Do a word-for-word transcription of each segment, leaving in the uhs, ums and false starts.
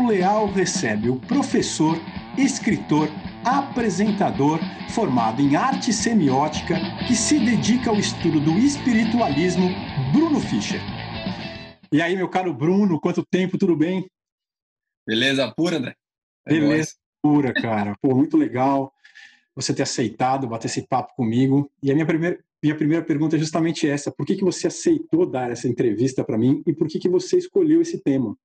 Bruno Leal recebe o professor, escritor, apresentador, formado em arte semiótica, que se dedica ao estudo do espiritualismo, Bruno Fischer. E aí, meu caro Bruno, quanto tempo, tudo bem? Beleza pura, André? É Beleza nóis. Pura, cara. Pô, muito legal você ter aceitado bater esse papo comigo. E a minha primeira, minha primeira pergunta é justamente essa. Por que, que você aceitou dar essa entrevista para mim e por que, que você escolheu esse tema?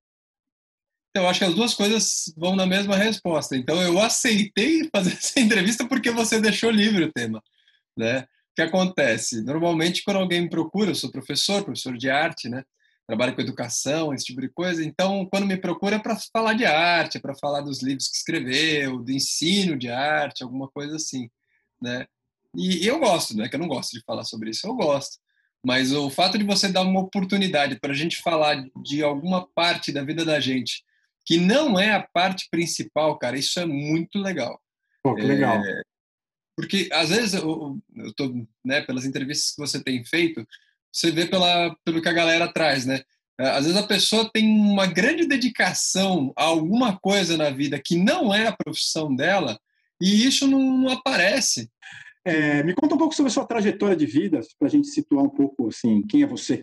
Eu acho que as duas coisas vão na mesma resposta. Então, eu aceitei fazer essa entrevista porque você deixou livre o tema, né? O que acontece? Normalmente, quando alguém me procura, eu sou professor, professor de arte, né? Trabalho com educação, esse tipo de coisa. Então, quando me procura é para falar de arte, é para falar dos livros que escreveu, do ensino de arte, alguma coisa assim, né? E, e eu gosto, né? Que eu não gosto de falar sobre isso, eu gosto. Mas o fato de você dar uma oportunidade para a gente falar de alguma parte da vida da gente que não é a parte principal, cara, isso é muito legal. Pô, que legal. É, porque, às vezes, eu, eu tô, né, pelas entrevistas que você tem feito, você vê pela, pelo que a galera traz, né? Às vezes a pessoa tem uma grande dedicação a alguma coisa na vida que não é a profissão dela e isso não, não aparece. É, me conta um pouco sobre a sua trajetória de vida, para a gente situar um pouco, assim, quem é você?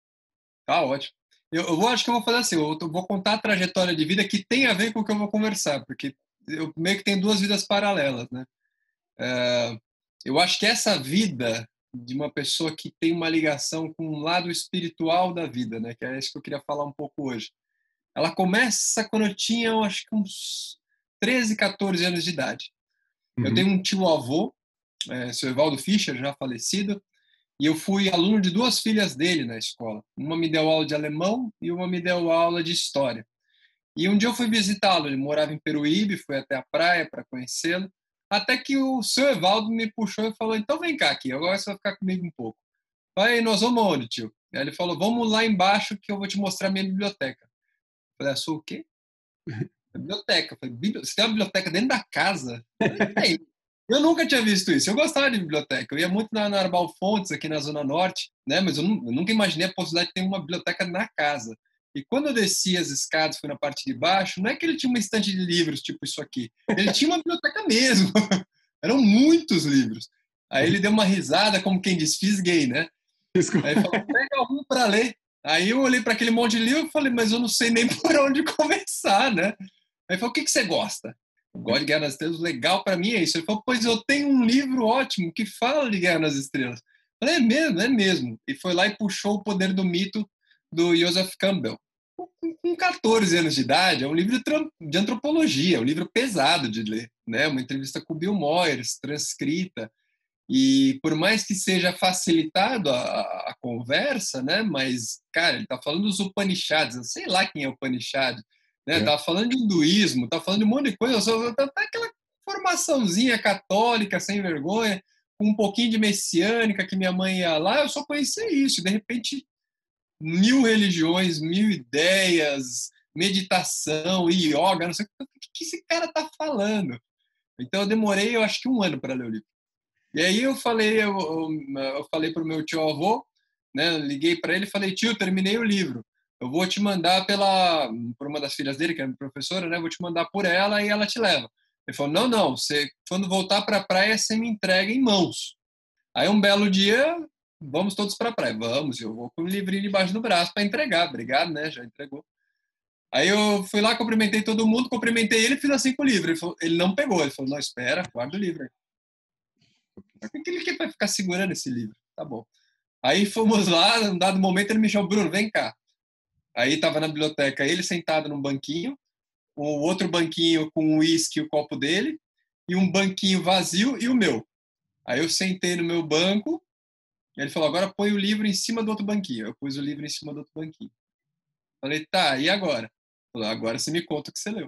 Tá ótimo. Eu, eu vou, acho que eu vou fazer assim, eu vou contar a trajetória de vida que tem a ver com o que eu vou conversar, porque eu meio que tenho duas vidas paralelas, né? É, eu acho que essa vida de uma pessoa que tem uma ligação com um lado espiritual da vida, né? Que é isso que eu queria falar um pouco hoje. Ela começa quando eu tinha, eu acho que uns treze, quatorze anos de idade. Uhum. Eu tenho um tio-avô, é, seu Evaldo Fischer, já falecido, e eu fui aluno de duas filhas dele na escola. Uma me deu aula de alemão e uma me deu aula de história. E um dia eu fui visitá-lo, ele morava em Peruíbe, fui até a praia para conhecê-lo, até que o seu Evaldo me puxou e falou, então vem cá aqui, agora você vai ficar comigo um pouco. Aí, nós vamos onde, tio? Aí ele falou, vamos lá embaixo que eu vou te mostrar minha biblioteca. Eu falei, a sua o quê? Biblioteca. Eu falei, você tem uma biblioteca dentro da casa? Eu falei, tem. Eu nunca tinha visto isso. Eu gostava de biblioteca. Eu ia muito na, na Arbal Fontes, aqui na Zona Norte, né? Mas eu, não, eu nunca imaginei a possibilidade de ter uma biblioteca na casa. E quando eu desci as escadas, fui na parte de baixo, não é que ele tinha uma estante de livros, tipo isso aqui. Ele tinha uma biblioteca mesmo. Eram muitos livros. Aí ele deu uma risada, como quem diz, fisguei, né? Desculpa. Aí ele falou, pega um para ler. Aí eu olhei para aquele monte de livro e falei, mas eu não sei nem por onde começar, né? Aí ele falou, o que, que você gosta? Eu gosto de Guerra nas Estrelas, legal para mim é isso. Ele falou, pois eu tenho um livro ótimo que fala de Guerra nas Estrelas. Eu falei, é mesmo, é mesmo. E foi lá e puxou O Poder do Mito, do Joseph Campbell. Com quatorze anos de idade, é um livro de antropologia, é um livro pesado de ler, né? Uma entrevista com o Bill Moyers, transcrita. E por mais que seja facilitado a, a conversa, né? Mas, cara, ele está falando dos Upanishads, eu sei lá quem é o Upanishad, né? É. Tava falando de hinduísmo, tá falando de um monte de coisa, só tá aquela formaçãozinha católica sem vergonha, com um pouquinho de messiânica que minha mãe ia lá, eu só conhecia isso. De repente, mil religiões, mil ideias, meditação, yoga, não sei o que esse cara tá falando. Então eu demorei, eu acho que um ano para ler o livro. E aí eu falei, eu, eu, eu falei para o meu tio-avô, né, liguei para ele e falei, tio, terminei o livro. Eu vou te mandar pela, por uma das filhas dele, que é professora, né, vou te mandar por ela e ela te leva. Ele falou, não, não, você, quando voltar para a praia, você me entrega em mãos. Aí um belo dia, vamos todos para a praia. Vamos, eu vou com o livrinho debaixo do braço para entregar. Obrigado, né, já entregou. Aí eu fui lá, cumprimentei todo mundo, cumprimentei ele e fiz assim com o livro. Ele, falou, ele não pegou, ele falou, não, espera, guarda o livro aí. Por que ele quer ficar segurando esse livro? Tá bom. Aí fomos lá, num dado momento ele me chamou, Bruno, vem cá. Aí estava na biblioteca ele sentado num banquinho, o outro banquinho com o uísque e o copo dele, e um banquinho vazio e o meu. Aí eu sentei no meu banco, e ele falou, agora põe o livro em cima do outro banquinho. Eu pus o livro em cima do outro banquinho. Falei, tá, e agora? Ele falou, agora você me conta o que você leu.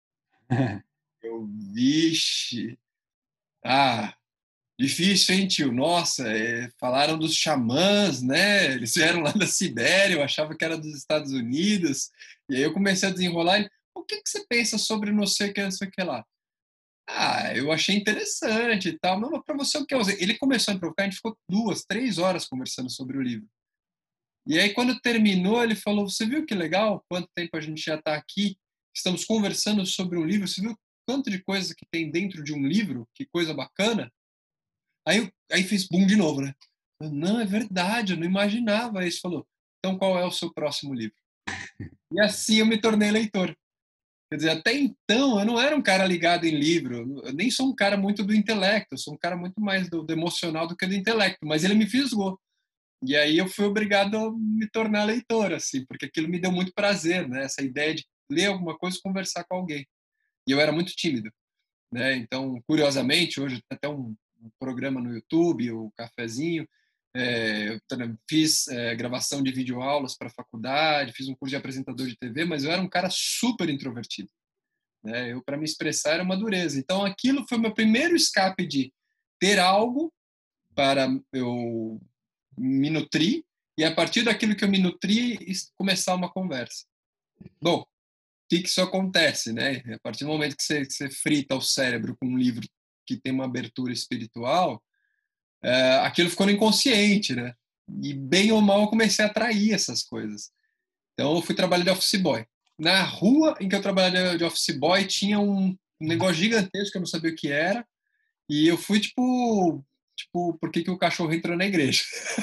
Eu, vixe, ah... Difícil, hein, tio? Nossa, é, falaram dos xamãs, né? Eles vieram lá da Sibéria, eu achava que era dos Estados Unidos. E aí eu comecei a desenrolar. E, o que, que você pensa sobre não sei o que, não sei o que lá? Ah, eu achei interessante e tal. Não, mas para você o que é? Ele começou a provocar, a gente ficou duas, três horas conversando sobre o livro. E aí, quando terminou, ele falou, você viu que legal? Quanto tempo a gente já está aqui estamos conversando sobre um livro, você viu quanto de coisa que tem dentro de um livro? Que coisa bacana. Aí, aí fez boom de novo, né? Não, é verdade, eu não imaginava isso. Falou, então qual é o seu próximo livro? E assim eu me tornei leitor. Quer dizer, até então eu não era um cara ligado em livro, eu nem sou um cara muito do intelecto, eu sou um cara muito mais do, do emocional do que do intelecto, mas ele me fisgou. E aí eu fui obrigado a me tornar leitor, assim, porque aquilo me deu muito prazer, né? Essa ideia de ler alguma coisa e conversar com alguém. E eu era muito tímido, né? Então, curiosamente, hoje tem até um, um programa no YouTube, o Cafezinho, é, eu fiz é, gravação de videoaulas para a faculdade, fiz um curso de apresentador de T V, mas eu era um cara super introvertido, né? Eu, para me expressar, era uma dureza. Então, aquilo foi meu primeiro escape de ter algo para eu me nutrir e, a partir daquilo que eu me nutri, começar uma conversa. Bom, o que, que isso acontece, né? A partir do momento que você, que você frita o cérebro com um livro que tem uma abertura espiritual, é, aquilo ficou no inconsciente, né? E bem ou mal eu comecei a atrair essas coisas. Então eu fui trabalhar de office boy. Na rua em que eu trabalhava de office boy tinha um negócio gigantesco que eu não sabia o que era, e eu fui tipo, tipo, por que, que o cachorro entrou na igreja?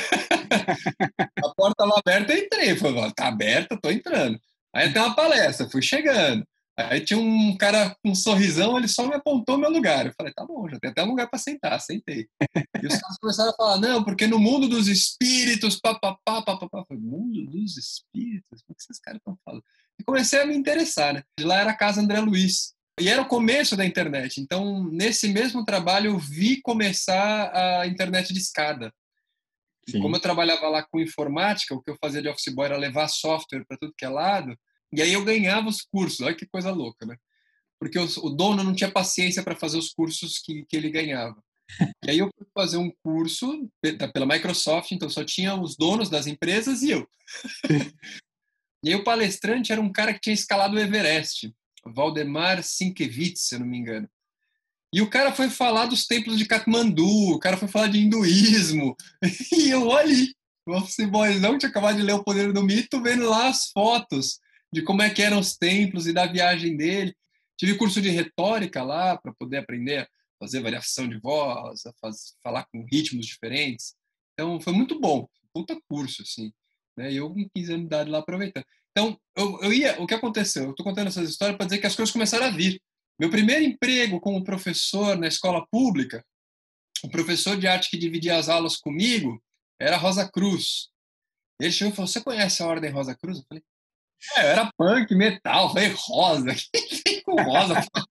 A porta lá aberta, eu entrei. Falei, tá aberta, tô entrando. Aí tem uma palestra, fui chegando. Aí tinha um cara com um sorrisão, ele só me apontou meu lugar. Eu falei, tá bom, já tem até um lugar para sentar, sentei. E os caras começaram a falar, não, porque no mundo dos espíritos, papapá, papapá. Eu falei, mundo dos espíritos? O que esses caras estão falando? E comecei a me interessar, né? De lá era a Casa André Luiz. E era o começo da internet. Então, nesse mesmo trabalho, eu vi começar a internet de escada. E Sim. Como eu trabalhava lá com informática, o que eu fazia de office boy era levar software para tudo que é lado, e aí eu ganhava os cursos. Olha que coisa louca, né? Porque o, o dono não tinha paciência para fazer os cursos que, que ele ganhava. E aí eu fui fazer um curso pela Microsoft, então só tinha os donos das empresas e eu. E aí o palestrante era um cara que tinha escalado o Everest, Valdemar Sienkiewicz, se eu não me engano. E o cara foi falar dos templos de Katmandu, o cara foi falar de hinduísmo. E eu ali, o office boyzão, tinha acabado de ler O Poder do Mito, vendo lá as fotos de como é que eram os templos e da viagem dele. Tive curso de retórica lá para poder aprender a fazer variação de voz, a faz, falar com ritmos diferentes. Então foi muito bom, puta curso, assim. Né? E eu com quinze anos de idade lá aproveitando. Então, eu, eu ia, o que aconteceu? Eu estou contando essas histórias para dizer que as coisas começaram a vir. Meu primeiro emprego como professor na escola pública, o professor de arte que dividia as aulas comigo era Rosa Cruz. Ele chegou e falou, você conhece a Ordem Rosa Cruz? Eu falei, é, eu era punk, metal. Eu falei, rosa, quem com rosa?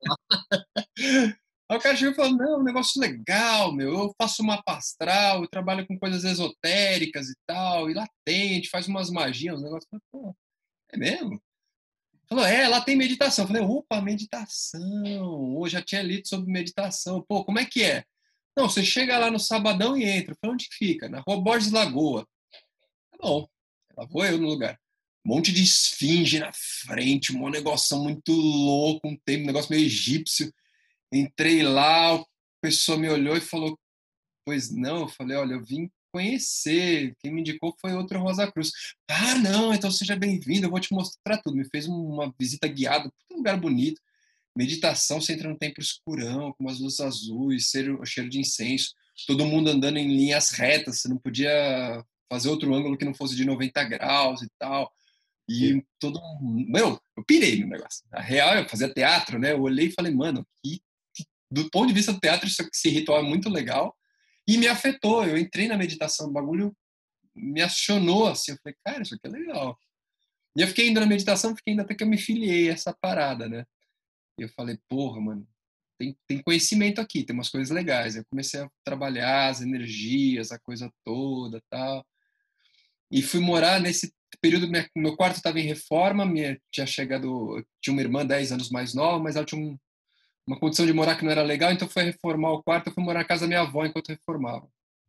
Aí o cara chegou e falou, não, um negócio legal, meu, eu faço mapa astral, eu trabalho com coisas esotéricas e tal, e lá tem, a gente faz umas magias, uns negócios. Eu falei, pô, é mesmo? Falou, é, lá tem meditação. Eu falei, opa, meditação. Eu já tinha lido sobre meditação. Pô, como é que é? Não, você chega lá no sabadão e entra. Eu falei, onde que fica? Na Rua Borges Lagoa. Tá bom. Lá vou eu no lugar. Um monte de esfinge na frente, um negócio muito louco, um tempo, um negócio meio egípcio. Entrei lá, a pessoa me olhou e falou, pois não. Eu falei, olha, eu vim conhecer, quem me indicou foi outro Rosa Cruz. Ah, não, então seja bem-vindo, eu vou te mostrar tudo. Me fez uma visita guiada, um lugar bonito, meditação, você entra no templo escurão, com umas luzes azuis, cheiro, cheiro de incenso, todo mundo andando em linhas retas, você não podia fazer outro ângulo que não fosse de noventa graus e tal. E Sim. todo mundo... Meu, eu pirei no negócio. A real, eu fazia teatro, né? Eu olhei e falei, mano, que, que, do ponto de vista do teatro, isso, esse ritual é muito legal. E me afetou, eu entrei na meditação, o bagulho me acionou, assim, eu falei, cara, isso aqui é legal. E eu fiquei indo na meditação, fiquei indo até que eu me filiei a essa parada, né? E eu falei, porra, mano, tem, tem conhecimento aqui, tem umas coisas legais. Eu comecei a trabalhar as energias, a coisa toda, tal. E fui morar nesse período, minha, meu quarto estava em reforma, minha, tinha chegado, tinha uma irmã dez anos mais nova, mas ela tinha um uma condição de morar que não era legal, então foi reformar o quarto, eu fui morar na casa da minha avó enquanto reformava.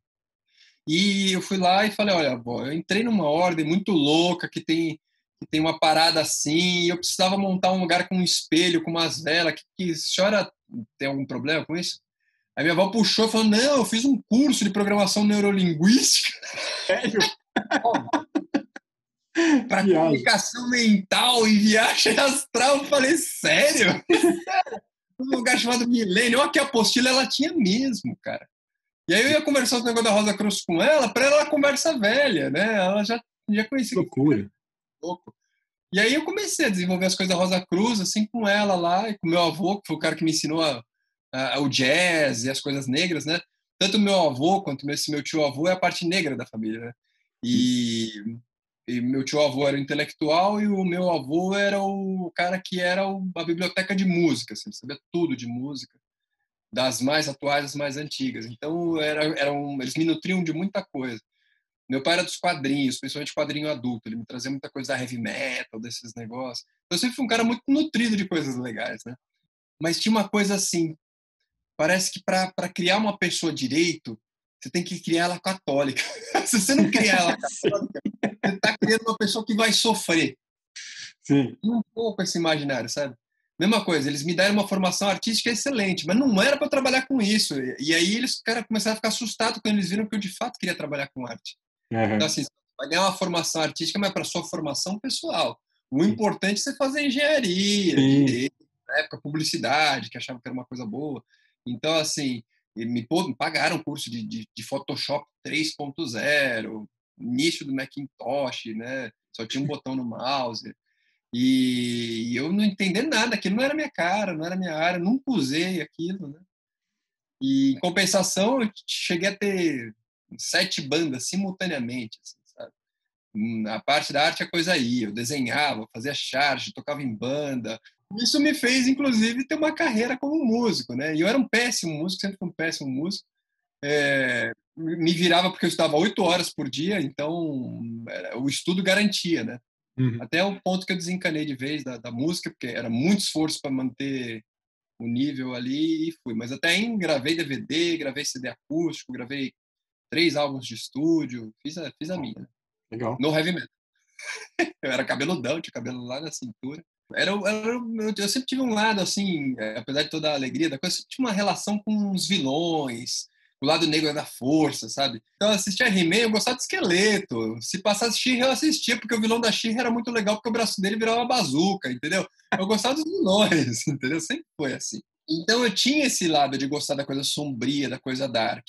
E eu fui lá e falei, olha, avó, eu entrei numa ordem muito louca, que tem, que tem uma parada assim, e eu precisava montar um lugar com um espelho, com umas velas, que, que a senhora tem algum problema com isso? Aí minha avó puxou e falou, não, eu fiz um curso de programação neurolinguística. Sério? para Viagem. comunicação mental e viagem astral. Eu falei, sério? Um lugar chamado Milênio. Olha que a apostila ela tinha mesmo, cara. E aí eu ia conversar o negócio da Rosa Cruz com ela, para ela conversa velha, né? Ela já, já conhecia. Loucura. Louco. E aí eu comecei a desenvolver as coisas da Rosa Cruz, assim, com ela lá, e com meu avô, que foi o cara que me ensinou a, a, o jazz e as coisas negras, né? Tanto meu avô quanto esse meu tio-avô é a parte negra da família, né? E, e meu tio-avô era o intelectual e o meu avô era o cara que era o, a biblioteca de música, assim, sabia tudo de música, das mais atuais às mais antigas. Então, era, era um, eles me nutriam de muita coisa. Meu pai era dos quadrinhos, principalmente quadrinho adulto. Ele me trazia muita coisa da heavy metal, desses negócios. Eu sempre fui um cara muito nutrido de coisas legais, né? Mas tinha uma coisa assim, parece que para criar uma pessoa direito, você tem que criar ela católica. Se você não criar ela católica, você está criando uma pessoa que vai sofrer. Sim. Um pouco esse imaginário, sabe? Mesma coisa, eles me deram uma formação artística excelente, mas não era para trabalhar com isso. E aí eles cara, começaram a ficar assustados quando eles viram que eu de fato queria trabalhar com arte. Uhum. Então, assim, você vai ganhar uma formação artística, mas para sua formação pessoal. O importante é você fazer engenharia, Sim. direito, na época publicidade, que achava que era uma coisa boa. Então, assim, me, pô, me pagaram curso de, de, de Photoshop três ponto zero, início do Macintosh, né? Só tinha um botão no mouse. E eu não entendi nada, aquilo não era minha cara, não era minha área, nunca usei aquilo, né? E, em compensação, eu cheguei a ter sete bandas simultaneamente, assim, sabe? A parte da arte a coisa ia, eu desenhava, fazia charge, tocava em banda. Isso me fez, inclusive, ter uma carreira como músico, né? E eu era um péssimo músico, sempre fui um péssimo músico. É, me virava porque eu estudava oito horas por dia, então era, o estudo garantia, né? Uhum. Até o ponto que eu desencanei de vez da, da música, porque era muito esforço para manter o nível ali e fui. Mas até aí gravei D V D, gravei C D acústico, gravei três álbuns de estúdio, fiz a, fiz a minha. Legal. No heavy metal. Eu era cabeludão, tinha cabelo lá na cintura. Era, era, eu sempre tive um lado, assim, é, apesar de toda a alegria da coisa, eu tinha uma relação com os vilões, o lado negro da força, sabe? Então eu assistia He-Man, eu gostava de esqueleto. Se passasse She-Ra, eu assistia, porque o vilão da She-Ra era muito legal, porque o braço dele virava uma bazuca, entendeu? Eu gostava dos vilões, entendeu? Sempre foi assim. Então eu tinha esse lado de gostar da coisa sombria, da coisa dark.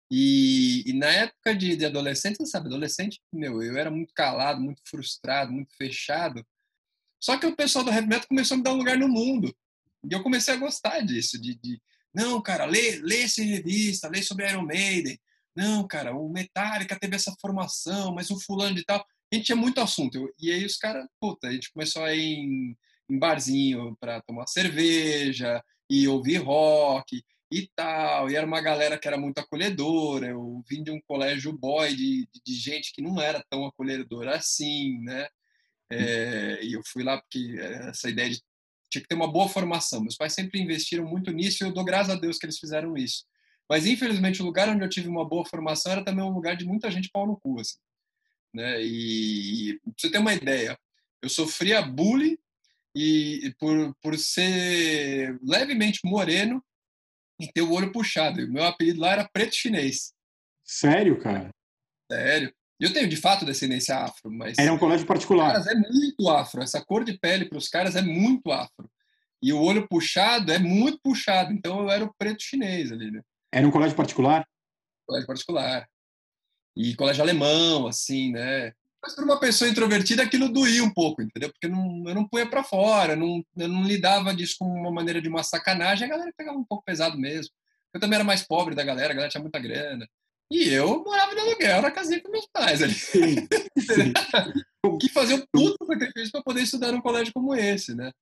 E, e na época de, de adolescente, você sabe, adolescente, meu, eu era muito calado, muito frustrado, muito fechado. Só que o pessoal do heavy metal começou a me dar um lugar no mundo. E eu comecei a gostar disso, de, de não, cara, lê, lê essa revista, lê sobre Iron Maiden. Não, cara, o Metallica teve essa formação, mas o fulano de tal. A gente tinha muito assunto. Eu, e aí os caras, puta, a gente começou a ir em, em barzinho para tomar cerveja e ouvir rock e tal. E era uma galera que era muito acolhedora. Eu vim de um colégio boy de, de, de gente que não era tão acolhedora assim, né? É, e eu fui lá porque essa ideia de tinha que ter uma boa formação. Meus pais sempre investiram muito nisso e eu dou graças a Deus que eles fizeram isso. Mas, infelizmente, o lugar onde eu tive uma boa formação era também um lugar de muita gente pau no cu, assim, né? E, e pra você ter uma ideia, eu sofria bullying e, e por, por ser levemente moreno e ter o olho puxado. E o meu apelido lá era preto chinês. Sério, cara? Sério. Eu tenho, de fato, descendência afro, mas... Era um colégio particular. Caras, é muito afro. Essa cor de pele para os caras é muito afro. E o olho puxado é muito puxado. Então eu era o preto chinês ali, né? Era um colégio particular? Colégio particular. E colégio alemão, assim, né? Mas para uma pessoa introvertida aquilo doía um pouco, entendeu? Porque não, eu não punha para fora, não, eu não lidava disso com uma maneira de uma sacanagem. A galera pegava um pouco pesado mesmo. Eu também era mais pobre da galera, a galera tinha muita grana. E eu morava no aluguel, era casinha com meus pais ali. Sim, sim. Que fazer um puto sacrifício para poder estudar num colégio como esse, né?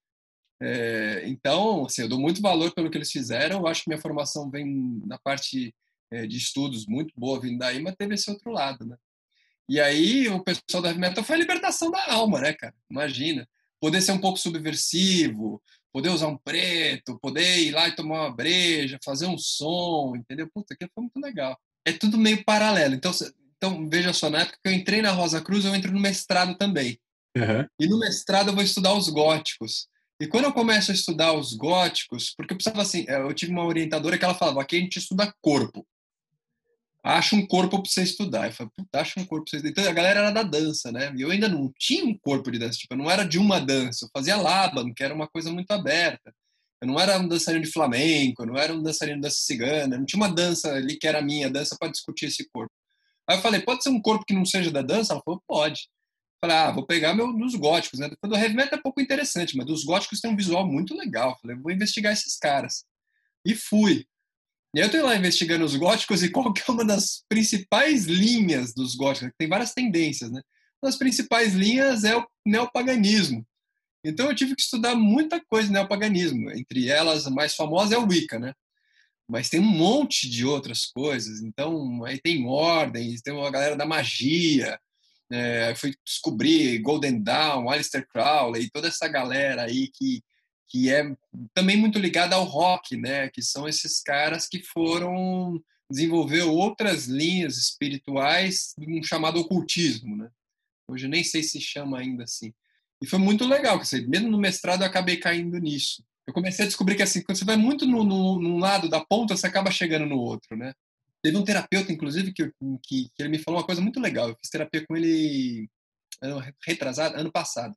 É, então, assim, eu dou muito valor pelo que eles fizeram. Eu acho que minha formação vem na parte é, de estudos muito boa vindo daí, mas teve esse outro lado, né? E aí o pessoal da heavy metal foi a libertação da alma, né, cara? Imagina. Poder ser um pouco subversivo, poder usar um preto, poder ir lá e tomar uma breja, fazer um som, entendeu? Puta, aquilo foi muito legal. É tudo meio paralelo. Então, então veja só, na época que eu entrei na Rosa Cruz, eu entro no mestrado também. Uhum. E no mestrado eu vou estudar os góticos. E quando eu começo a estudar os góticos, porque eu precisava assim, eu tive uma orientadora que ela falava, aqui a gente estuda corpo. acha um corpo para você estudar. Eu falei, puta, acha um corpo para você estudar. Então a galera era da dança, né? E eu ainda não tinha um corpo de dança, tipo, eu não era de uma dança, eu fazia laban, que era uma coisa muito aberta. Eu não era um dançarino de flamenco, eu não era um dançarino de dança cigana, não tinha uma dança ali que era minha dança para discutir esse corpo. Aí eu falei, pode ser um corpo que não seja da dança? Ela falou, pode. Eu falei, ah, vou pegar meu, nos góticos, né? Do heavy metal é pouco interessante, mas dos góticos tem um visual muito legal. Eu falei, vou investigar esses caras. E fui. E aí eu estou lá investigando os góticos e qual que é uma das principais linhas dos góticos. Tem várias tendências, né? Uma das principais linhas é o neopaganismo. Então eu tive que estudar muita coisa de neopaganismo. Entre elas, a mais famosa é o Wicca, né? Mas tem um monte de outras coisas. Então, aí tem ordens, tem uma galera da magia. É, fui descobrir Golden Dawn, Aleister Crowley, toda essa galera aí que que é também muito ligada ao rock, né? Que são esses caras que foram desenvolver outras linhas espirituais de um chamado ocultismo, né? Hoje nem sei se chama ainda assim. E foi muito legal, que assim, mesmo no mestrado eu acabei caindo nisso. Eu comecei a descobrir que assim, quando você vai muito no, no, num lado da ponta, você acaba chegando no outro, né? Teve um terapeuta, inclusive, que, que, que ele me falou uma coisa muito legal. Eu fiz terapia com ele ano retrasado, ano passado.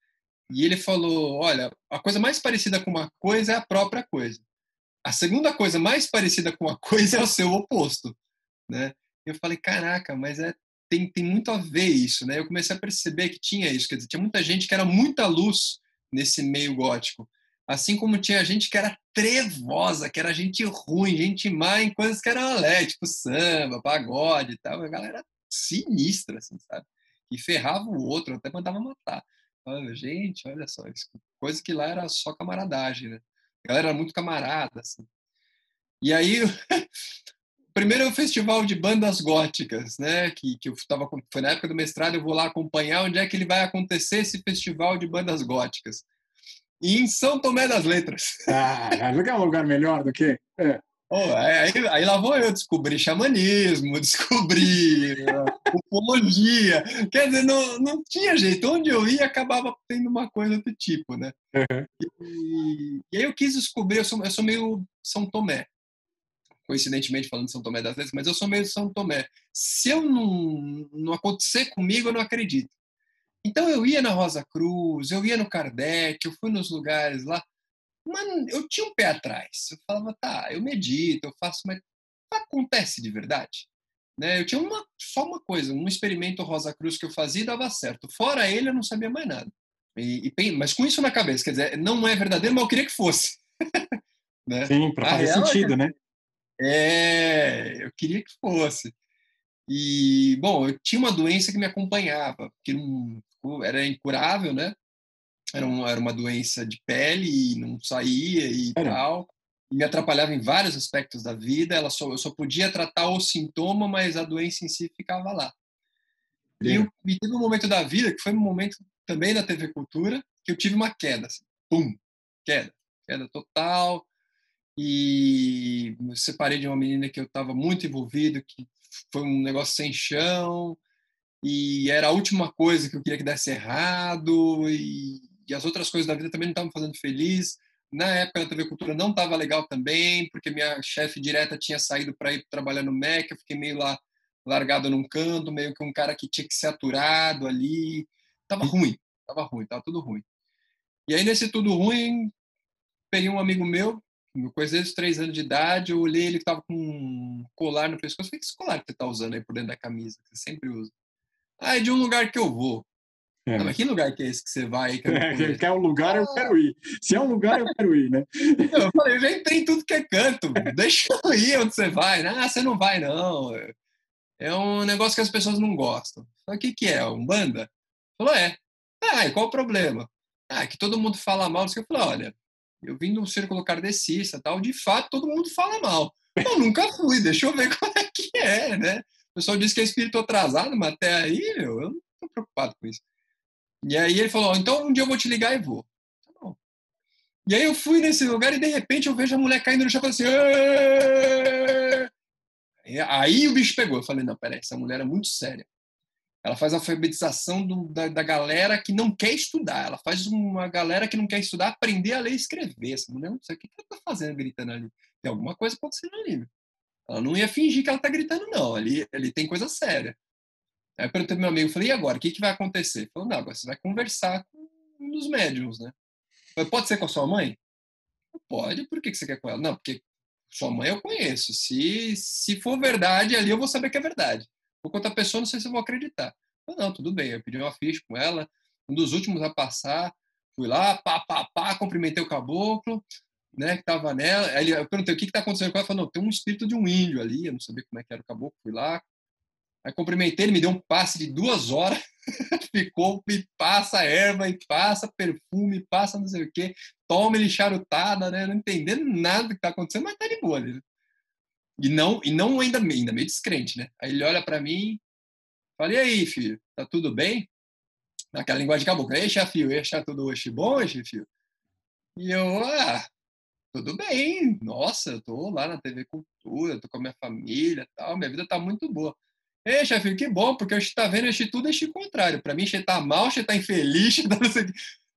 E ele falou, olha, a coisa mais parecida com uma coisa é a própria coisa. A segunda coisa mais parecida com uma coisa é o seu oposto, né? Eu falei, caraca, mas é, tem, tem muito a ver isso, né? Eu comecei a perceber que tinha isso, quer dizer, tinha muita gente que era muita luz nesse meio gótico, assim como tinha gente que era trevosa, que era gente ruim, gente má em coisas que eram alé, tipo samba, pagode e tal, a galera sinistra, assim, sabe? E ferrava o outro, até mandava matar. Olha, gente, olha só, coisa que lá era só camaradagem, né? A galera era muito camarada, assim. E aí, primeiro é o festival de bandas góticas, né? Que, que eu tava, foi na época do mestrado, eu vou lá acompanhar onde é que ele vai acontecer esse festival de bandas góticas. E em São Tomé das Letras. Ah, não é um lugar melhor do que... É. Oh, aí, aí lá vou eu descobrir xamanismo, descobrir ufologia. Quer dizer, não, não tinha jeito. Onde eu ia, acabava tendo uma coisa do tipo, né? Uhum. E, e aí eu quis descobrir, eu sou, eu sou meio São Tomé, coincidentemente falando de São Tomé das Letras, mas eu sou meio São Tomé. Se eu não, não acontecer comigo, eu não acredito. Então eu ia na Rosa Cruz, eu ia no Kardec, eu fui nos lugares lá, mas eu tinha um pé atrás. Eu falava, tá, eu medito, eu faço, mas acontece de verdade? Né? Eu tinha uma, só uma coisa, um experimento Rosa Cruz que eu fazia e dava certo. Fora ele, eu não sabia mais nada. E, e, mas com isso na cabeça, quer dizer, não é verdadeiro, mas eu queria que fosse. Né? Sim, para fazer real, sentido, né? É, eu queria que fosse. E, bom, eu tinha uma doença que me acompanhava, que não, era incurável, né? Era, um, era uma doença de pele e não saía e Era. tal. E me atrapalhava em vários aspectos da vida. Ela só, eu só podia tratar o sintoma, mas a doença em si ficava lá. E, eu, e teve um momento da vida, que foi um momento também da T V Cultura, que eu tive uma queda. Assim, pum! Queda. Queda total. E me separei de uma menina que eu estava muito envolvido, que foi um negócio sem chão. E era a última coisa que eu queria que desse errado. E e as outras coisas da vida também não estavam me fazendo feliz. Na época, a T V Cultura não estava legal também, porque minha chefe direta tinha saído para ir trabalhar no M E C, eu fiquei meio lá largado num canto, meio que um cara que tinha que ser aturado ali. Tava ruim, tava ruim, tava tudo ruim. E aí, nesse tudo ruim, peguei um amigo meu, eu conheci ele aos três anos de idade, eu olhei, ele tava com um colar no pescoço. Eu falei, que esse colar que você tá usando aí por dentro da camisa, que você sempre usa? Ah, é de um lugar que eu vou. É. Ah, mas que lugar que é esse que você vai que eu não conheço? Quer um lugar, eu quero ir. Se é um lugar, eu quero ir, né? Eu falei, eu já entrei em tudo que é canto. Deixa eu ir onde você vai. Ah, você não vai, não. É um negócio que as pessoas não gostam. O que que é? Umbanda? Falou, é. Ah, e qual o problema? Ah, que todo mundo fala mal. Eu falei, olha, eu vim de um círculo kardecista, tal. De fato, todo mundo fala mal. Eu nunca fui, deixa eu ver como é que é, né? O pessoal diz que é espírito atrasado, mas até aí, meu, eu não tô preocupado com isso. E aí ele falou, então um dia eu vou te ligar e vou. Tá bom. E aí eu fui nesse lugar e de repente eu vejo a mulher caindo no chão e assim, êêê! Aí o bicho pegou. Eu falei, não, peraí, essa mulher é muito séria. Ela faz a alfabetização do, da, da galera que não quer estudar. Ela faz uma galera que não quer estudar aprender a ler e escrever. Essa mulher não sei o que ela tá fazendo gritando ali. Tem alguma coisa acontecendo ali. Ela não ia fingir que ela tá gritando, não. Ali, ali tem coisa séria. Aí eu perguntei pro meu amigo, falei, e agora? O que, que vai acontecer? Ele falou, não, agora você vai conversar com um dos médiums, né? Eu falei, pode ser com a sua mãe? Pode, por que, que você quer com ela? Não, porque sua mãe eu conheço. Se, se for verdade, ali eu vou saber que é verdade. Por conta da pessoa, não sei se eu vou acreditar. Eu falei, não, tudo bem. Eu pedi uma ficha com ela, um dos últimos a passar. Fui lá, pá, pá, pá, cumprimentei o caboclo, né, que tava nela. Aí eu perguntei, o que que tá acontecendo com ela? Ele falou, não, tem um espírito de um índio ali. Eu não sabia como é que era o caboclo. Fui lá, aí cumprimentei, ele me deu um passe de duas horas. Ficou, e passa erva, e passa perfume, passa não sei o quê. Toma ele charutada, né? Não entendendo nada do que tá acontecendo, mas tá de boa ali. Né? E não, e não ainda, ainda meio descrente, né? Aí ele olha para mim, fala, e aí, filho, tá tudo bem? Naquela linguagem de caboclo, eixa, filho, eixa, tudo oxe bom, eixa, filho? E eu, ah, tudo bem, nossa, eu tô lá na T V Cultura, tô com a minha família e tal, minha vida tá muito boa. Ei, chefe, que bom, porque a gente tá vendo este tudo, este contrário. Pra mim, você tá mal, você tá infeliz, você tá não sei o quê.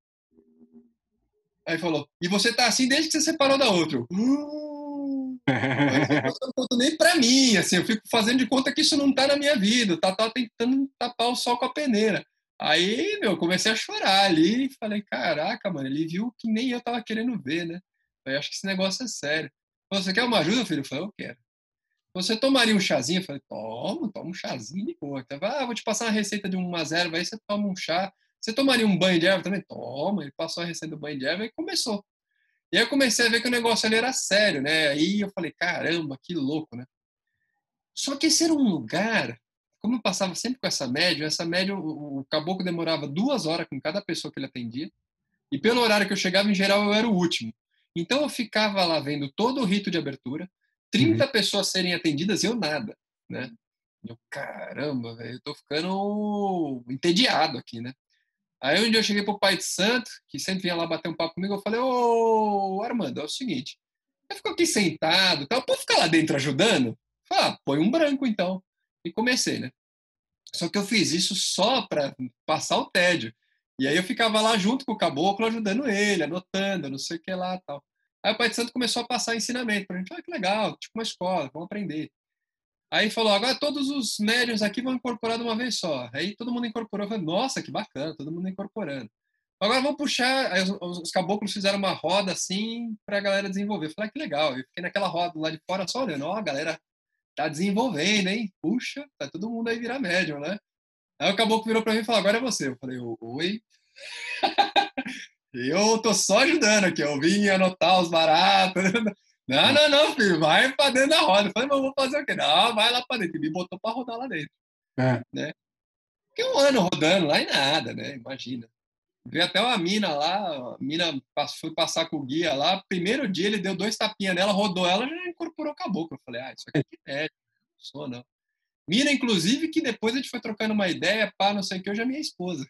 Aí falou, e você tá assim desde que você separou da outra. Uh, mas eu não conto nem pra mim, assim, eu fico fazendo de conta que isso não tá na minha vida, tá, tá tentando tapar o sol com a peneira. Aí, meu, comecei a chorar ali, falei, caraca, mano, ele viu que nem eu tava querendo ver, né? Eu acho que esse negócio é sério. Você quer uma ajuda, filho? Eu falei, eu quero. Você tomaria um chazinho? Eu falei, toma, toma um chazinho de boa. Então, ah, vou te passar uma receita de umas ervas, aí você toma um chá. Você tomaria um banho de erva também? Toma. Ele passou a receita do banho de erva e começou. E aí eu comecei a ver que o negócio ali era sério, né? Aí eu falei, caramba, que louco, né? Só que esse era um lugar, como eu passava sempre com essa médium, essa médium, o, o caboclo demorava duas horas com cada pessoa que ele atendia. E pelo horário que eu chegava, em geral, eu era o último. Então eu ficava lá vendo todo o rito de abertura, trinta uhum. pessoas serem atendidas e eu nada, né? Eu, caramba, velho, eu tô ficando entediado aqui, né? Aí um dia eu cheguei pro pai de santo, que sempre vinha lá bater um papo comigo, eu falei, ô Armando, é o seguinte, eu fico aqui sentado, tá? Eu posso ficar lá dentro ajudando? Falei, ah, põe um branco então. E comecei, né? Só que eu fiz isso só para passar o tédio. E aí eu ficava lá junto com o caboclo, ajudando ele, anotando, não sei o que lá tal. Aí o pai de santo começou a passar ensinamento pra gente. Ah, que legal, tipo uma escola, vamos aprender. Aí falou, agora todos os médiuns aqui vão incorporar de uma vez só. Aí todo mundo incorporou. Eu falei, nossa, que bacana, todo mundo incorporando. Agora vamos puxar. Aí os, os caboclos fizeram uma roda assim pra galera desenvolver. Eu falei, ah, que legal. Eu fiquei naquela roda lá de fora só olhando. Ó, a galera tá desenvolvendo, hein? Puxa, tá todo mundo aí virar médium, né? Aí o caboclo virou pra mim e falou, agora é você. Eu falei, oi? Eu tô só ajudando aqui, eu vim anotar os baratos. Não, não, não, filho, vai pra dentro da roda. Eu falei, mas eu vou fazer o quê? Não, vai lá pra dentro. E me botou pra rodar lá dentro. É. Né? Fiquei um ano rodando lá e nada, né? Imagina. Veio até uma mina lá, a mina foi passar com o guia lá. Primeiro dia ele deu dois tapinhas nela, rodou ela, já incorporou o caboclo. Eu falei, ah, isso aqui é médio, não sou, não. Mina, inclusive, que depois a gente foi trocando uma ideia, pá, não sei o que, hoje é minha esposa.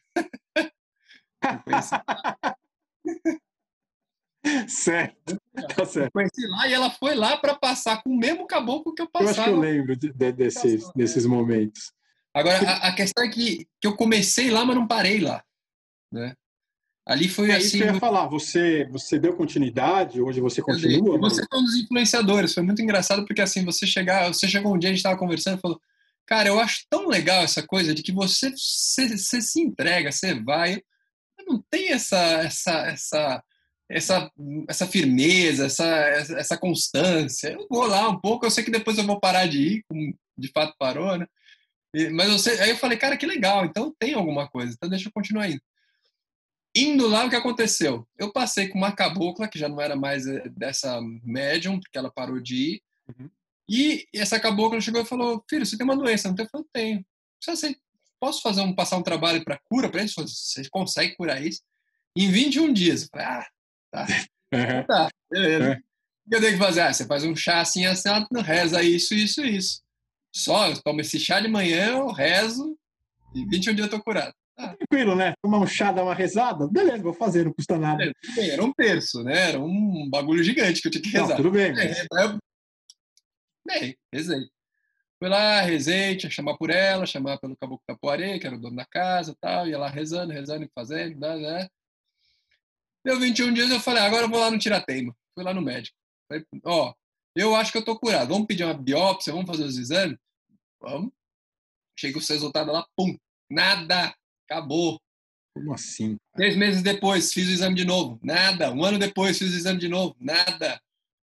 Certo, tá certo. Eu conheci lá e ela foi lá para passar com o mesmo caboclo que eu passava. Eu acho que eu lembro de, de, desses, desses momentos. Agora, a, a questão é que, que eu comecei lá, mas não parei lá. Né? Ali foi é assim... isso que eu ia falar. Você, você deu continuidade? Hoje você continua? E você foi um dos influenciadores. Foi muito engraçado porque assim, você, chegar, você chegou um dia, a gente estava conversando e falou, cara, eu acho tão legal essa coisa de que você, você, você se entrega, você vai... Não tem essa... essa, essa Essa, essa firmeza, essa, essa constância. Eu vou lá um pouco, eu sei que depois eu vou parar de ir, como de fato parou, né? E, mas eu sei, aí eu falei, cara, que legal, então tem alguma coisa, então deixa eu continuar indo. Indo lá, o que aconteceu? Eu passei com uma cabocla, que já não era mais dessa médium, porque ela parou de ir, uhum. E essa cabocla chegou e falou, filho, você tem uma doença, não tem? Eu falei, tenho. Você, posso fazer um, passar um trabalho para cura para isso? Você consegue curar isso? Em vinte e um dias. Eu falei, ah, tá. Uhum. Tá, beleza. Uhum. O que eu tenho que fazer? Ah, você faz um chá assim, assim, reza isso, isso, isso. Só, eu tomo esse chá de manhã, eu rezo, e vinte e um dias eu tô curado. Ah. Tranquilo, né? Tomar um chá, dar uma rezada, beleza, vou fazer, não custa nada. É, tudo bem, era um terço, né? Era um bagulho gigante que eu tinha que rezar. Não, tudo bem. Mas... É, eu... Bem, rezei. Fui lá, rezei, tinha que chamar por ela, chamar pelo Caboclo Tapuaré, que era o dono da casa e tal, ia lá rezando, rezando, fazendo, né, né. Deu vinte e um dias, eu falei, agora eu vou lá no Tirateima. Fui lá no médico. Falei, ó, eu acho que eu tô curado. Vamos pedir uma biópsia, vamos fazer os exames? Vamos. Chega os resultados lá, pum, nada, acabou. Como assim? Três meses depois, fiz o exame de novo, nada. Um ano depois, fiz o exame de novo, nada.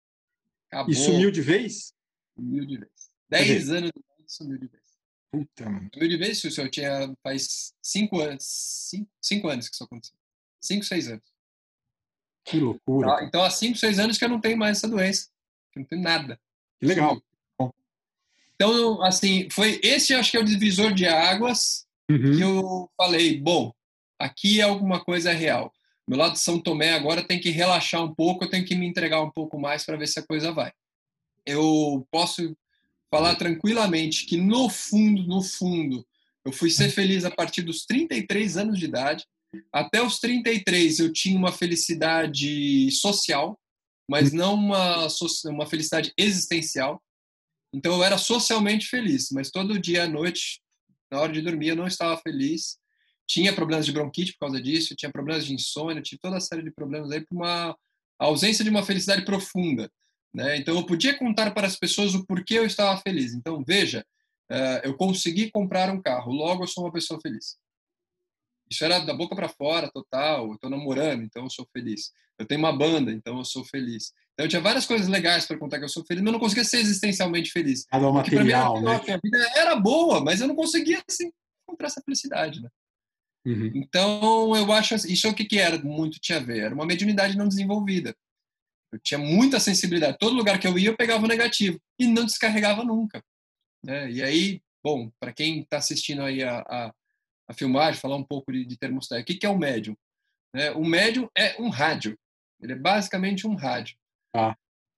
E sumiu Acabou. de vez? Sumiu de vez. Quer Dez dizer, anos depois, sumiu de vez. puta, mano. Sumiu de vez, se eu tinha, faz cinco anos, cinco, cinco anos que isso aconteceu. Cinco, seis anos. Que loucura, Tá? cara. Então, há cinco, seis anos que eu não tenho mais essa doença. Que eu não tenho nada. Que legal. Sumiu. Então, assim, foi esse, acho que é o divisor de águas Uhum. que eu falei, bom, aqui é alguma coisa real. Meu lado de São Tomé agora tem que relaxar um pouco, eu tenho que me entregar um pouco mais para ver se a coisa vai. Eu posso falar tranquilamente que no fundo, no fundo, eu fui ser feliz a partir dos trinta e três anos de idade. Até os trinta e três eu tinha uma felicidade social, mas não uma, uma felicidade existencial. Então eu era socialmente feliz, mas todo dia à noite, na hora de dormir, eu não estava feliz. Tinha problemas de bronquite por causa disso, tinha problemas de insônia, tive toda a série de problemas aí por uma ausência de uma felicidade profunda, né? Então eu podia contar para as pessoas o porquê eu estava feliz. Então veja, eu consegui comprar um carro, logo eu sou uma pessoa feliz. Isso era da boca para fora, total. Eu estou namorando, então eu sou feliz. Eu tenho uma banda, então eu sou feliz. Então eu tinha várias coisas legais para contar que eu sou feliz, mas eu não conseguia ser existencialmente feliz. Nada ao Porque para mim material, né? a vida era boa, mas eu não conseguia assim, encontrar essa felicidade, né? Uhum. Então eu acho assim, isso é o que, que era muito tinha a ver. Era uma mediunidade não desenvolvida. Eu tinha muita sensibilidade. Todo lugar que eu ia eu pegava o negativo e não descarregava nunca, né? E aí, bom, para quem está assistindo aí a, a a filmagem, falar um pouco de, de termos técnicos. O que, que é um médium? É, o médium é um rádio. Ele é basicamente um rádio. Ah.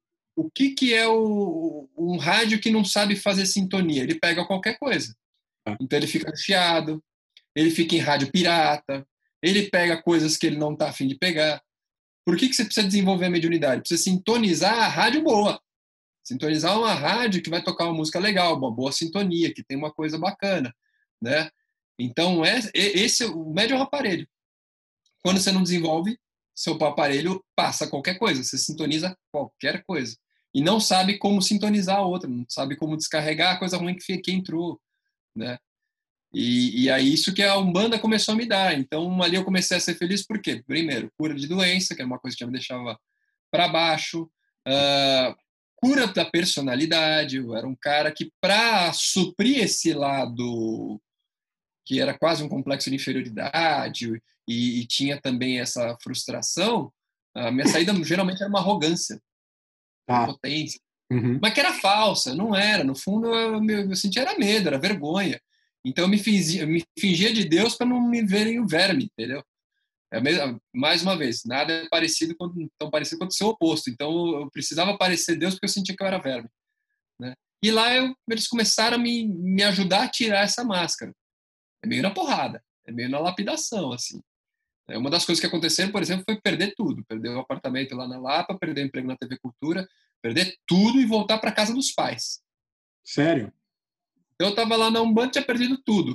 O que, que é o, um rádio que não sabe fazer sintonia? Ele pega qualquer coisa. Ah. Então ele fica chiado, ele fica em rádio pirata, ele pega coisas que ele não está afim de pegar. Por que, que você precisa desenvolver a mediunidade? Precisa sintonizar a rádio boa. Sintonizar uma rádio que vai tocar uma música legal, uma boa sintonia, que tem uma coisa bacana, né? Então, esse, o médium é um aparelho. Quando você não desenvolve, seu aparelho passa qualquer coisa, você sintoniza qualquer coisa. E não sabe como sintonizar a outra, não sabe como descarregar a coisa ruim que, que entrou, né? E, e é isso que a Umbanda começou a me dar. Então, ali eu comecei a ser feliz, por quê? Primeiro, cura de doença, que é uma coisa que já me deixava para baixo, uh, cura da personalidade. Eu era um cara que, para suprir esse lado que era quase um complexo de inferioridade e, e tinha também essa frustração, a minha saída geralmente era uma arrogância, Ah. potência, Uhum. mas que era falsa, não era. No fundo, eu, eu sentia era medo, era vergonha. Então eu me fingia, eu me fingia de Deus para não me verem o verme, entendeu? É mesmo, mais uma vez, nada é parecido com, tão parecido quanto o seu oposto. Então eu precisava parecer Deus porque eu sentia que eu era verme, né? E lá eu, eles começaram a me, me ajudar a tirar essa máscara. É meio na porrada, é meio na lapidação, assim. Uma das coisas que aconteceram, por exemplo, foi perder tudo. Perder o apartamento lá na Lapa, perder o emprego na T V Cultura, perder tudo e voltar para casa dos pais. Sério? Então eu estava lá na Umbanda e tinha perdido tudo.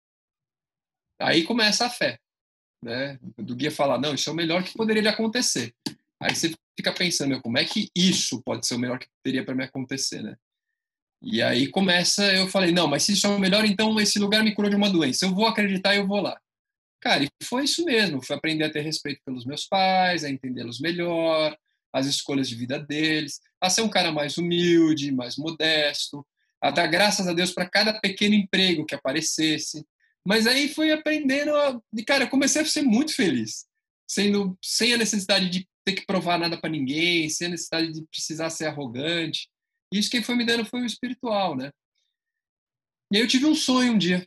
Aí começa a fé, né? Do guia falar, não, isso é o melhor que poderia lhe acontecer. Aí você fica pensando, como é que isso pode ser o melhor que teria para me acontecer, né? E aí começa, eu falei, não, mas se isso é o melhor, então esse lugar me curou de uma doença. Eu vou acreditar e eu vou lá. Cara, e foi isso mesmo. Fui aprender a ter respeito pelos meus pais, a entendê-los melhor, as escolhas de vida deles, a ser um cara mais humilde, mais modesto, a dar graças a Deus para cada pequeno emprego que aparecesse. Mas aí fui aprendendo, a... e cara, eu comecei a ser muito feliz, sendo sem a necessidade de ter que provar nada para ninguém, sem a necessidade de precisar ser arrogante. E isso quem foi me dando foi o espiritual, né? E aí eu tive um sonho um dia.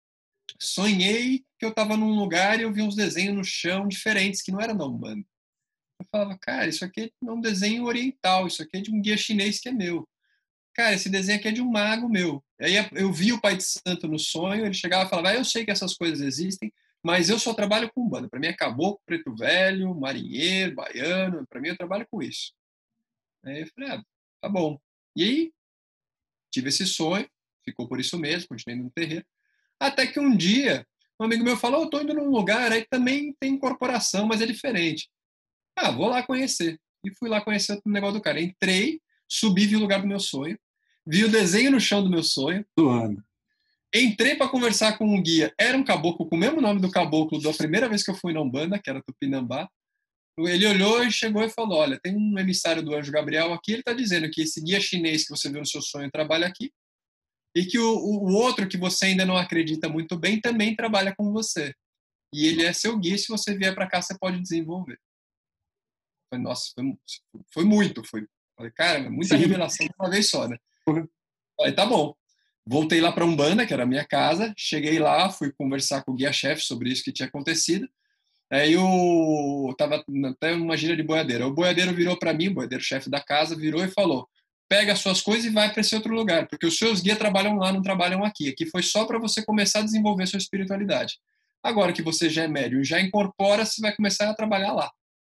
Sonhei que eu estava num lugar e eu vi uns desenhos no chão diferentes, que não eram da Umbanda. Eu falava, cara, isso aqui é um desenho oriental, isso aqui é de um guia chinês que é meu. Cara, esse desenho aqui é de um mago meu. Aí eu vi o Pai de Santo no sonho, ele chegava e falava, ah, eu sei que essas coisas existem, mas eu só trabalho com Umbanda. Para mim é caboclo, preto velho, marinheiro, baiano, para mim eu trabalho com isso. Aí eu falei, ah, tá bom. E aí, tive esse sonho, ficou por isso mesmo, continuei no terreiro. Até que um dia, um amigo meu falou, eu tô indo num lugar aí que também tem incorporação, mas é diferente. Ah, vou lá conhecer. E fui lá conhecer o negócio do cara. Entrei, subi, vi o lugar do meu sonho, vi o desenho no chão do meu sonho, Do ano. entrei para conversar com um guia, era um caboclo com o mesmo nome do caboclo da primeira vez que eu fui na Umbanda, que era Tupinambá. Ele olhou e chegou e falou, olha, tem um emissário do Anjo Gabriel aqui, ele está dizendo que esse guia chinês que você viu no seu sonho trabalha aqui, e que o, o outro que você ainda não acredita muito bem também trabalha com você. E ele é seu guia, se você vier para cá, você pode desenvolver. Falei, nossa, foi, foi muito, foi. Falei, cara, muita Sim. revelação de uma vez só, né? Uhum. Falei, tá bom. Voltei lá para Umbanda, que era a minha casa, cheguei lá, fui conversar com o guia-chefe sobre isso que tinha acontecido. Aí eu tava até uma gira de boiadeiro. O boiadeiro virou para mim, o boiadeiro-chefe da casa, virou e falou, pega as suas coisas e vai para esse outro lugar, porque os seus guias trabalham lá, não trabalham aqui. Aqui foi só para você começar a desenvolver a sua espiritualidade. Agora que você já é médium e já incorpora, você vai começar a trabalhar lá.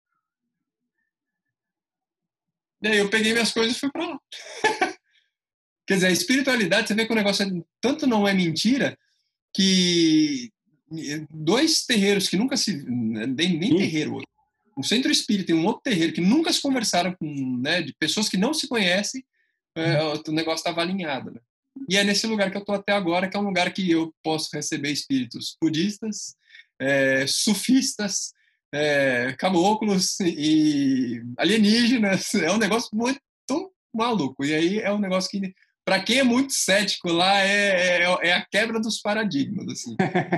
E aí eu peguei minhas coisas e fui para lá. Quer dizer, a espiritualidade, você vê que o negócio é, tanto não é mentira, que dois terreiros que nunca se... Nem, nem terreiro, um centro espírita e um outro terreiro que nunca se conversaram com, né, de pessoas que não se conhecem, é, o negócio estava alinhado, né? E é nesse lugar que eu estou até agora, que é um lugar que eu posso receber espíritos budistas, é, sufistas, é, caboclos e alienígenas. É um negócio muito maluco. E aí é um negócio que, para quem é muito cético lá, é, é, é a quebra dos paradigmas. Assim.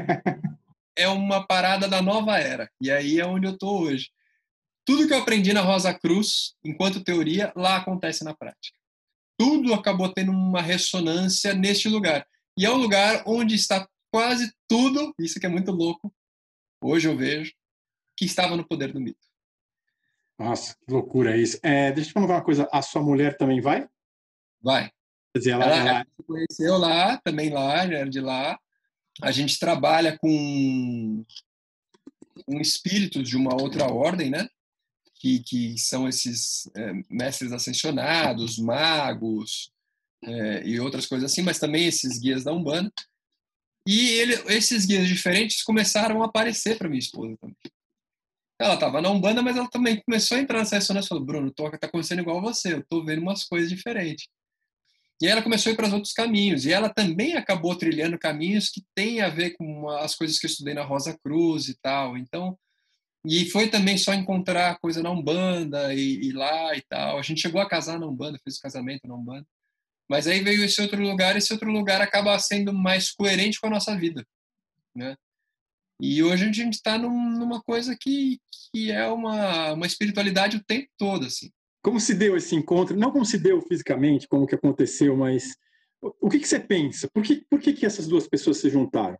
É uma parada da nova era. E aí é onde eu estou hoje. Tudo que eu aprendi na Rosa Cruz, enquanto teoria, lá acontece na prática. Tudo acabou tendo uma ressonância neste lugar. E é um lugar onde está quase tudo, isso que é muito louco, hoje eu vejo, que estava no poder do mito. Nossa, que loucura isso. É, deixa eu te perguntar uma coisa, a sua mulher também vai? Vai. Quer dizer, ela, ela, ela... ela se conheceu lá, também lá, já era de lá. A gente trabalha com, com espíritos de uma outra ordem, né? Que, que são esses é, mestres ascensionados, magos é, e outras coisas assim, mas também esses guias da Umbanda. E ele, esses guias diferentes começaram a aparecer para minha esposa também. Ela estava na Umbanda, mas ela também começou a entrar nessa ressonância e falou, Bruno, está acontecendo igual a você, eu estou vendo umas coisas diferentes. E aí ela começou a ir para os outros caminhos. E ela também acabou trilhando caminhos que têm a ver com as coisas que eu estudei na Rosa Cruz e tal. Então, e foi também só encontrar coisa na Umbanda e, e lá e tal. A gente chegou a casar na Umbanda, fez o casamento na Umbanda. Mas aí veio esse outro lugar, e esse outro lugar acaba sendo mais coerente com a nossa vida, né? E hoje a gente está num, numa coisa que, que é uma, uma espiritualidade o tempo todo, assim. Como se deu esse encontro? Não como se deu fisicamente, como que aconteceu, mas o que, que você pensa? Por que, por que, que essas duas pessoas se juntaram?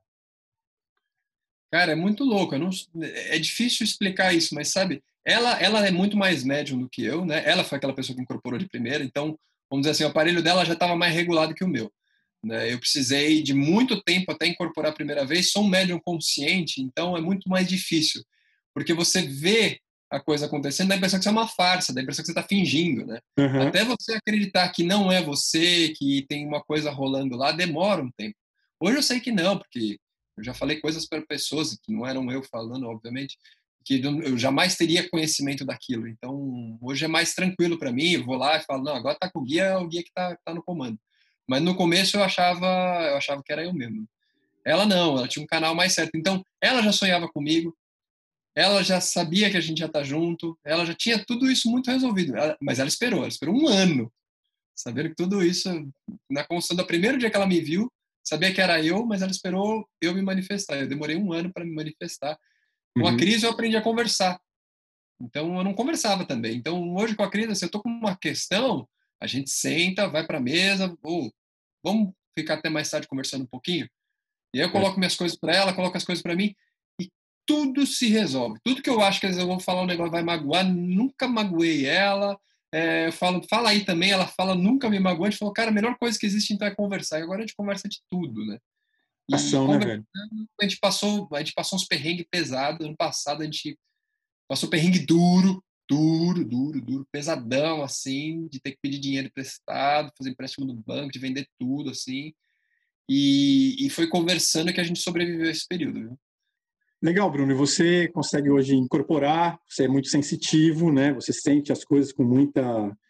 Cara, é muito louco. Eu não, é difícil explicar isso, mas sabe, ela, ela é muito mais médium do que eu, né? Ela foi aquela pessoa que incorporou de primeira, então, vamos dizer assim, o aparelho dela já estava mais regulado que o meu. Né? Eu precisei de muito tempo até incorporar a primeira vez. Sou um médium consciente, então é muito mais difícil, porque você vê a coisa acontecendo, dá a impressão que isso é uma farsa, dá a impressão que você está fingindo, né? Uhum. Até você acreditar que não é você, que tem uma coisa rolando lá, demora um tempo. Hoje eu sei que não, porque eu já falei coisas para pessoas que não eram eu falando, obviamente, que eu jamais teria conhecimento daquilo. Então, hoje é mais tranquilo para mim. Eu vou lá e falo, não, agora tá com o guia, é o guia que tá, tá no comando. Mas no começo eu achava, eu achava que era eu mesmo. Ela não, ela tinha um canal mais certo. Então, ela já sonhava comigo, ela já sabia que a gente já tá junto, ela já tinha tudo isso muito resolvido. Ela, mas ela esperou, ela esperou um ano, sabendo que tudo isso, na construção do primeiro dia que ela me viu, sabia que era eu, mas ela esperou eu me manifestar. Eu demorei um ano para me manifestar. Com uhum. a Cris eu aprendi a conversar. Então eu não conversava também. Então hoje com a Cris, se eu tô com uma questão, a gente senta, vai para a mesa, ou vamos ficar até mais tarde conversando um pouquinho. E aí eu coloco minhas coisas para ela, coloco as coisas para mim, e tudo se resolve. Tudo que eu acho que às vezes eu vou falar um negócio vai magoar, nunca magoei ela. É, eu falo, fala aí também, ela fala, nunca me magoou. A gente falou, cara, a melhor coisa que existe então é conversar. E agora a gente conversa de tudo, né? E Ação, né, velho? A gente passou, a gente passou uns perrengues pesados. Ano passado a gente passou perrengue duro, duro, duro, duro, pesadão, assim, de ter que pedir dinheiro emprestado, fazer empréstimo no banco, de vender tudo, assim. E, e foi conversando que a gente sobreviveu a esse período, viu? Legal, Bruno. E você consegue hoje incorporar, você é muito sensitivo, né? Você sente as coisas com muita,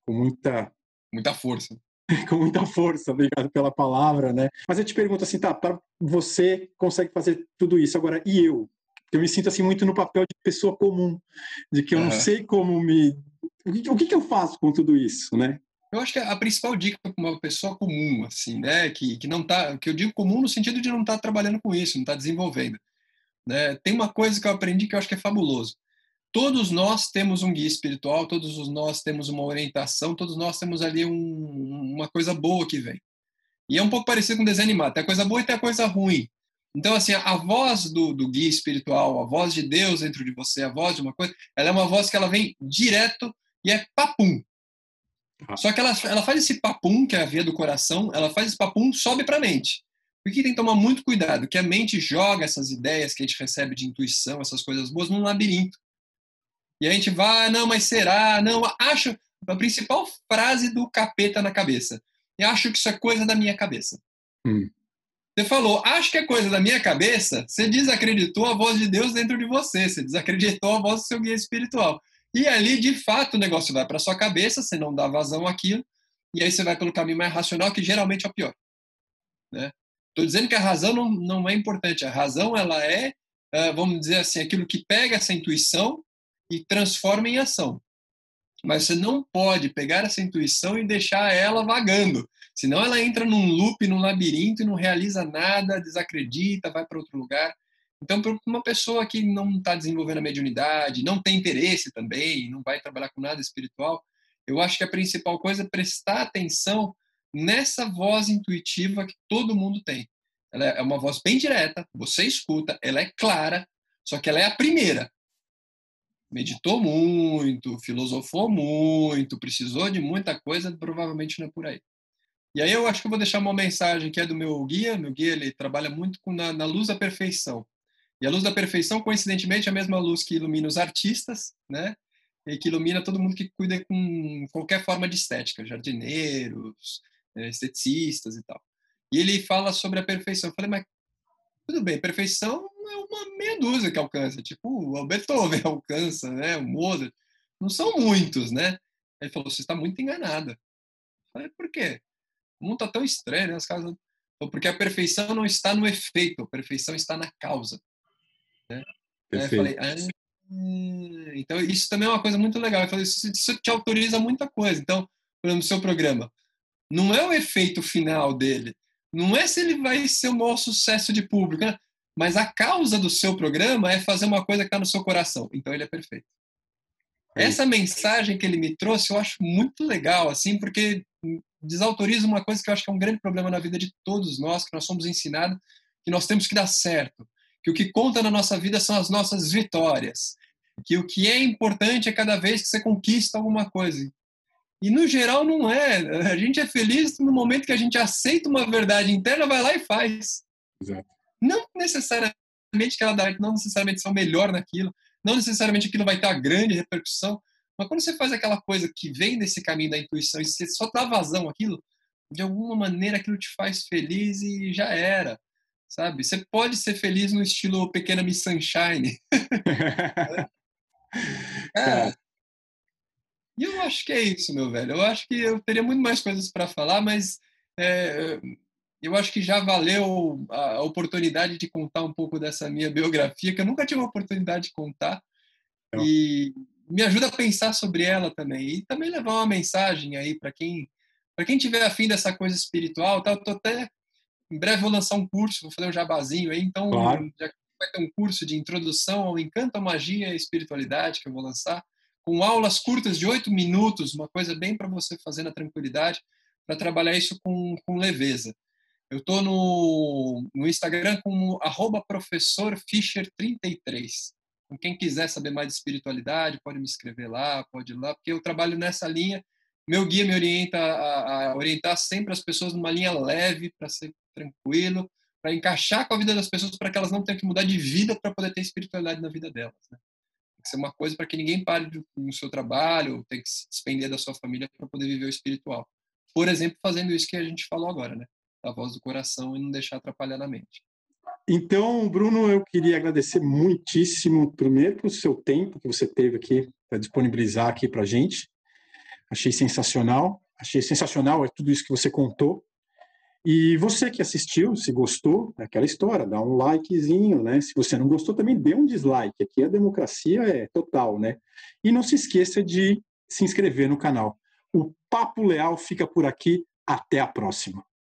com muita... Muita força. com muita força, obrigado pela palavra, né? Mas eu te pergunto assim, tá, para você consegue fazer tudo isso, agora, e eu? Eu me sinto assim muito no papel de pessoa comum, de que eu não Aham. sei como me... O que, o que que eu faço com tudo isso, né? Eu acho que a principal dica para uma pessoa comum, assim, né, que, que não tá, que eu digo comum no sentido de não estar trabalhando com isso, não estar desenvolvendo, né? Tem uma coisa que eu aprendi que eu acho que é fabuloso. Todos nós temos um guia espiritual, todos os nós temos uma orientação, todos nós temos ali um, uma coisa boa que vem. E é um pouco parecido com desenho animado, tem a coisa boa e tem a coisa ruim. Então, assim, a voz do, do guia espiritual, a voz de Deus dentro de você, a voz de uma coisa, ela é uma voz que ela vem direto e é papum. Só que ela, ela faz esse papum, que é a via do coração, ela faz esse papum, sobe para a mente. Por que tem que tomar muito cuidado? Que a mente joga essas ideias que a gente recebe de intuição, essas coisas boas, num labirinto. E a gente vai, não, mas será? Não, acho... A principal frase do capeta na cabeça. Eu acho que isso é coisa da minha cabeça. Hum. Você falou, acho que é coisa da minha cabeça, você desacreditou a voz de Deus dentro de você, você desacreditou a voz do seu guia espiritual. E ali, de fato, o negócio vai para sua cabeça, você não dá vazão àquilo, e aí você vai pelo caminho mais racional, que geralmente é o pior. Né? Estou dizendo que a razão não, não é importante. A razão, ela é, vamos dizer assim, aquilo que pega essa intuição e transforma em ação. Mas você não pode pegar essa intuição e deixar ela vagando. Senão ela entra num loop, num labirinto e não realiza nada, desacredita, vai para outro lugar. Então, para uma pessoa que não está desenvolvendo a mediunidade, não tem interesse também, não vai trabalhar com nada espiritual, eu acho que a principal coisa é prestar atenção nessa voz intuitiva que todo mundo tem. Ela é uma voz bem direta, você escuta, ela é clara, só que ela é a primeira. Meditou muito, filosofou muito, precisou de muita coisa, provavelmente não é por aí. E aí eu acho que eu vou deixar uma mensagem que é do meu guia. Meu guia, ele trabalha muito com na, na luz da perfeição. E a luz da perfeição, coincidentemente, é a mesma luz que ilumina os artistas, né? E que ilumina todo mundo que cuida com qualquer forma de estética, jardineiros, esteticistas e tal. E ele fala sobre a perfeição. Eu falei, mas tudo bem, perfeição é uma meia dúzia que alcança, tipo o Beethoven alcança, né? O Mozart. Não são muitos, né? Ele falou, você está muito enganada. Eu falei, por quê? O mundo está tão estranho, né? As casas... Porque a perfeição não está no efeito, a perfeição está na causa. Né? Aí eu falei, ah, então isso também é uma coisa muito legal. Eu falei, isso, isso te autoriza muita coisa. Então, por exemplo, no seu programa, não é o efeito final dele, não é se ele vai ser o maior sucesso de público, né? Mas a causa do seu programa é fazer uma coisa que está no seu coração. Então ele é perfeito. É Essa mensagem que ele me trouxe eu acho muito legal, assim, porque desautoriza uma coisa que eu acho que é um grande problema na vida de todos nós, que nós somos ensinados que nós temos que dar certo, que o que conta na nossa vida são as nossas vitórias, que o que é importante é cada vez que você conquista alguma coisa. E, no geral, não é. A gente é feliz no momento que a gente aceita uma verdade interna, vai lá e faz. Exato. Não necessariamente que ela dá, não necessariamente ser o melhor naquilo, não necessariamente aquilo vai ter uma grande repercussão, mas quando você faz aquela coisa que vem desse caminho da intuição e você só dá vazão àquilo, de alguma maneira aquilo te faz feliz e já era, sabe? Você pode ser feliz no estilo Pequena Miss Sunshine. Cara, e eu acho que é isso, meu velho. Eu acho que eu teria muito mais coisas para falar, mas é, eu acho que já valeu a oportunidade de contar um pouco dessa minha biografia, que eu nunca tive a oportunidade de contar. Não. E me ajuda a pensar sobre ela também. E também levar uma mensagem aí para quem para quem tiver afim dessa coisa espiritual. Tá? Eu tô até, em breve vou lançar um curso, vou fazer um jabazinho aí. Então, claro, já vai ter um curso de introdução ao encanto, à magia e à espiritualidade que eu vou lançar, com aulas curtas de oito minutos, uma coisa bem para você fazer na tranquilidade, para trabalhar isso com, com leveza. Eu estou no, no Instagram como arroba professor Fischer trinta e três. Quem quiser saber mais de espiritualidade, pode me escrever lá, pode ir lá, porque eu trabalho nessa linha. Meu guia me orienta a, a orientar sempre as pessoas numa linha leve, para ser tranquilo, para encaixar com a vida das pessoas, para que elas não tenham que mudar de vida para poder ter espiritualidade na vida delas. Né? Tem que ser uma coisa para que ninguém pare no seu trabalho, ou tenha que se despender da sua família para poder viver o espiritual. Por exemplo, fazendo isso que a gente falou agora, né? A voz do coração e não deixar atrapalhar na mente. Então, Bruno, eu queria agradecer muitíssimo, primeiro, pelo seu tempo que você teve aqui para disponibilizar aqui para a gente. Achei sensacional. Achei sensacional é tudo isso que você contou. E você que assistiu, se gostou, é aquela história, dá um likezinho, né? Se você não gostou, também dê um dislike. Aqui a democracia é total, né? E não se esqueça de se inscrever no canal. O Papo Leal fica por aqui. Até a próxima.